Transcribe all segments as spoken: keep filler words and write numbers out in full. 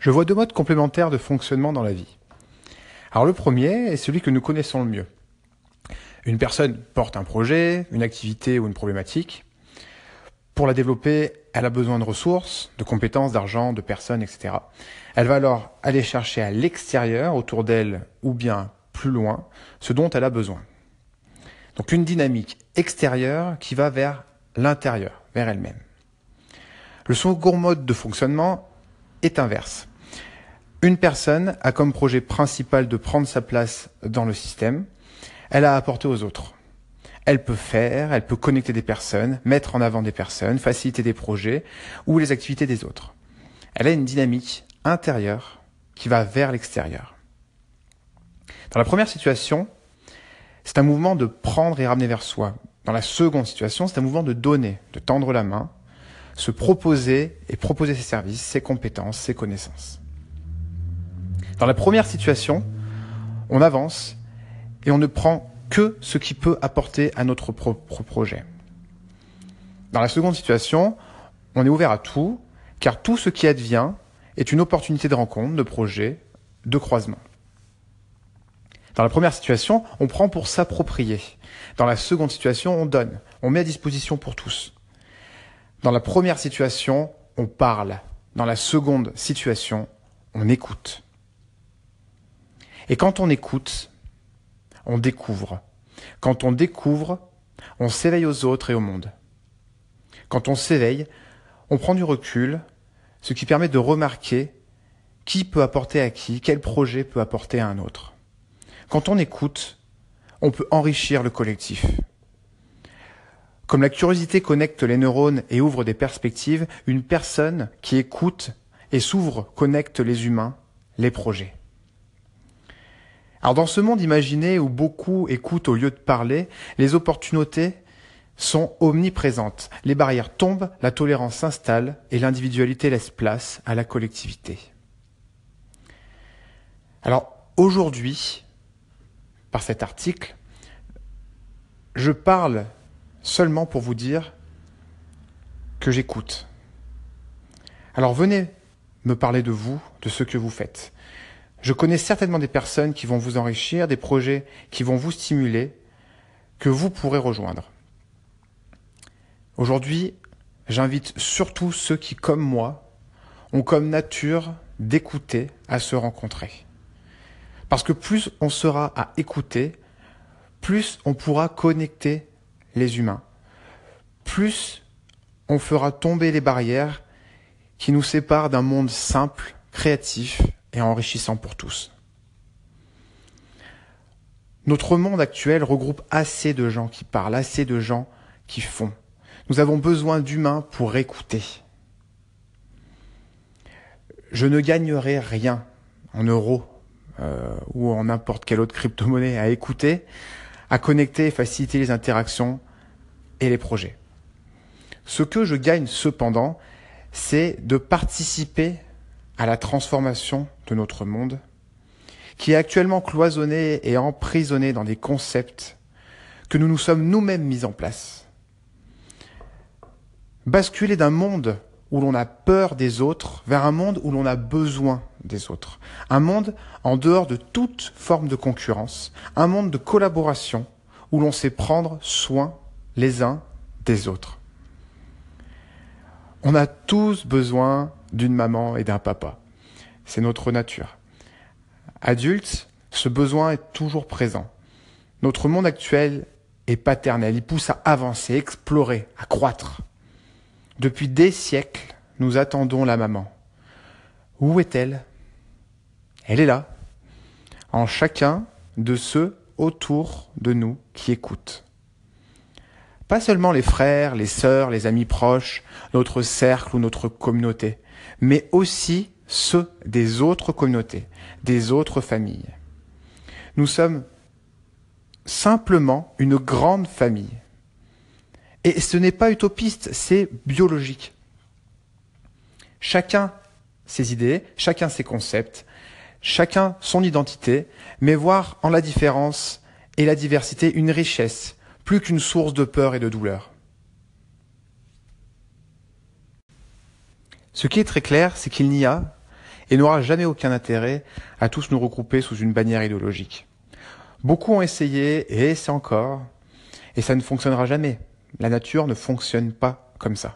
Je vois deux modes complémentaires de fonctionnement dans la vie. Alors le premier est celui que nous connaissons le mieux. Une personne porte un projet, une activité ou une problématique. Pour la développer, elle a besoin de ressources, de compétences, d'argent, de personnes, et cetera. Elle va alors aller chercher à l'extérieur, autour d'elle ou bien plus loin, ce dont elle a besoin. Donc une dynamique extérieure qui va vers l'intérieur, vers elle-même. Le second mode de fonctionnement est inverse. Une personne a comme projet principal de prendre sa place dans le système. Elle a à apporter aux autres. Elle peut faire, elle peut connecter des personnes, mettre en avant des personnes, faciliter des projets ou les activités des autres. Elle a une dynamique intérieure qui va vers l'extérieur. Dans la première situation, c'est un mouvement de prendre et ramener vers soi. Dans la seconde situation, c'est un mouvement de donner, de tendre la main, se proposer et proposer ses services, ses compétences, ses connaissances. Dans la première situation, on avance et on ne prend que ce qui peut apporter à notre propre projet. Dans la seconde situation, on est ouvert à tout, car tout ce qui advient est une opportunité de rencontre, de projet, de croisement. Dans la première situation, on prend pour s'approprier. Dans la seconde situation, on donne, on met à disposition pour tous. Dans la première situation, on parle. Dans la seconde situation, on écoute. Et quand on écoute, on découvre. Quand on découvre, on s'éveille aux autres et au monde. Quand on s'éveille, on prend du recul, ce qui permet de remarquer qui peut apporter à qui, quel projet peut apporter à un autre. Quand on écoute, on peut enrichir le collectif. Comme la curiosité connecte les neurones et ouvre des perspectives, une personne qui écoute et s'ouvre connecte les humains, les projets. Alors dans ce monde imaginé où beaucoup écoutent au lieu de parler, les opportunités sont omniprésentes. Les barrières tombent, la tolérance s'installe et l'individualité laisse place à la collectivité. Alors aujourd'hui, par cet article, je parle seulement pour vous dire que j'écoute. Alors venez me parler de vous, de ce que vous faites. Je connais certainement des personnes qui vont vous enrichir, des projets qui vont vous stimuler, que vous pourrez rejoindre. Aujourd'hui, j'invite surtout ceux qui, comme moi, ont comme nature d'écouter à se rencontrer. Parce que plus on sera à écouter, plus on pourra connecter les humains, plus on fera tomber les barrières qui nous séparent d'un monde simple, créatif et enrichissant pour tous. Notre monde actuel regroupe assez de gens qui parlent, assez de gens qui font. Nous avons besoin d'humains pour écouter. Je ne gagnerai rien en euros euh, ou en n'importe quelle autre crypto-monnaie à écouter, à connecter et faciliter les interactions et les projets. Ce que je gagne cependant, c'est de participer à la transformation de notre monde, qui est actuellement cloisonné et emprisonné dans des concepts que nous nous sommes nous-mêmes mis en place. Basculer d'un monde où l'on a peur des autres vers un monde où l'on a besoin des autres. Un monde en dehors de toute forme de concurrence, un monde de collaboration où l'on sait prendre soin les uns des autres. On a tous besoin d'une maman et d'un papa. C'est notre nature. Adultes, ce besoin est toujours présent. Notre monde actuel est paternel. Il pousse à avancer, explorer, à croître. Depuis des siècles, nous attendons la maman. Où est-elle ? Elle est là, en chacun de ceux autour de nous qui écoutent. Pas seulement les frères, les sœurs, les amis proches, notre cercle ou notre communauté, mais aussi ceux des autres communautés, des autres familles. Nous sommes simplement une grande famille. Et ce n'est pas utopiste, c'est biologique. Chacun ses idées, chacun ses concepts, chacun son identité, mais voir en la différence et la diversité une richesse, plus qu'une source de peur et de douleur. Ce qui est très clair, c'est qu'il n'y a et n'aura jamais aucun intérêt à tous nous regrouper sous une bannière idéologique. Beaucoup ont essayé et essaient encore, et ça ne fonctionnera jamais. La nature ne fonctionne pas comme ça.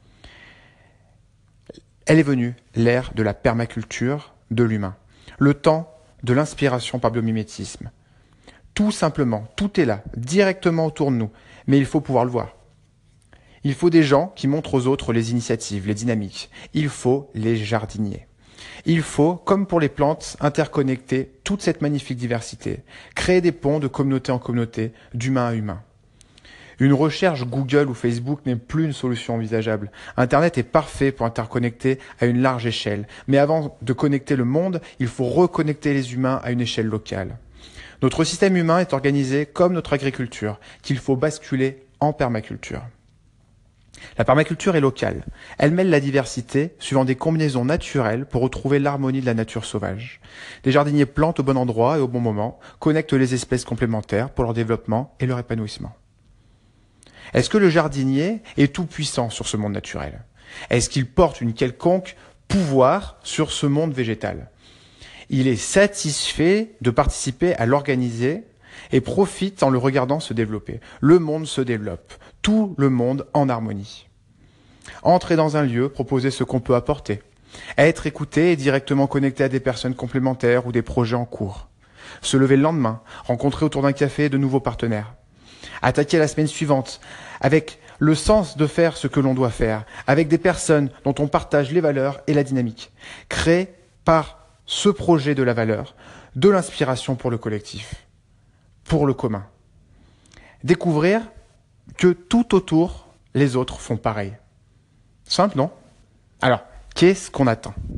Elle est venue, l'ère de la permaculture de l'humain, le temps de l'inspiration par biomimétisme. Tout simplement, tout est là, directement autour de nous, mais il faut pouvoir le voir. Il faut des gens qui montrent aux autres les initiatives, les dynamiques. Il faut les jardiniers. Il faut, comme pour les plantes, interconnecter toute cette magnifique diversité, créer des ponts de communauté en communauté, d'humain à humain. Une recherche Google ou Facebook n'est plus une solution envisageable. Internet est parfait pour interconnecter à une large échelle. Mais avant de connecter le monde, il faut reconnecter les humains à une échelle locale. Notre système humain est organisé comme notre agriculture, qu'il faut basculer en permaculture. La permaculture est locale. Elle mêle la diversité suivant des combinaisons naturelles pour retrouver l'harmonie de la nature sauvage. Des jardiniers plantent au bon endroit et au bon moment, connectent les espèces complémentaires pour leur développement et leur épanouissement. Est-ce que le jardinier est tout puissant sur ce monde naturel? Est-ce qu'il porte une quelconque pouvoir sur ce monde végétal? Il est satisfait de participer à l'organiser et profite en le regardant se développer. Le monde se développe, tout le monde en harmonie. Entrer dans un lieu, proposer ce qu'on peut apporter. Être écouté et directement connecté à des personnes complémentaires ou des projets en cours. Se lever le lendemain, rencontrer autour d'un café de nouveaux partenaires. Attaquer la semaine suivante avec le sens de faire ce que l'on doit faire, avec des personnes dont on partage les valeurs et la dynamique. Créer par ce projet de la valeur, de l'inspiration pour le collectif, pour le commun. Découvrir que tout autour, les autres font pareil. Simple, non? Alors, qu'est-ce qu'on attend?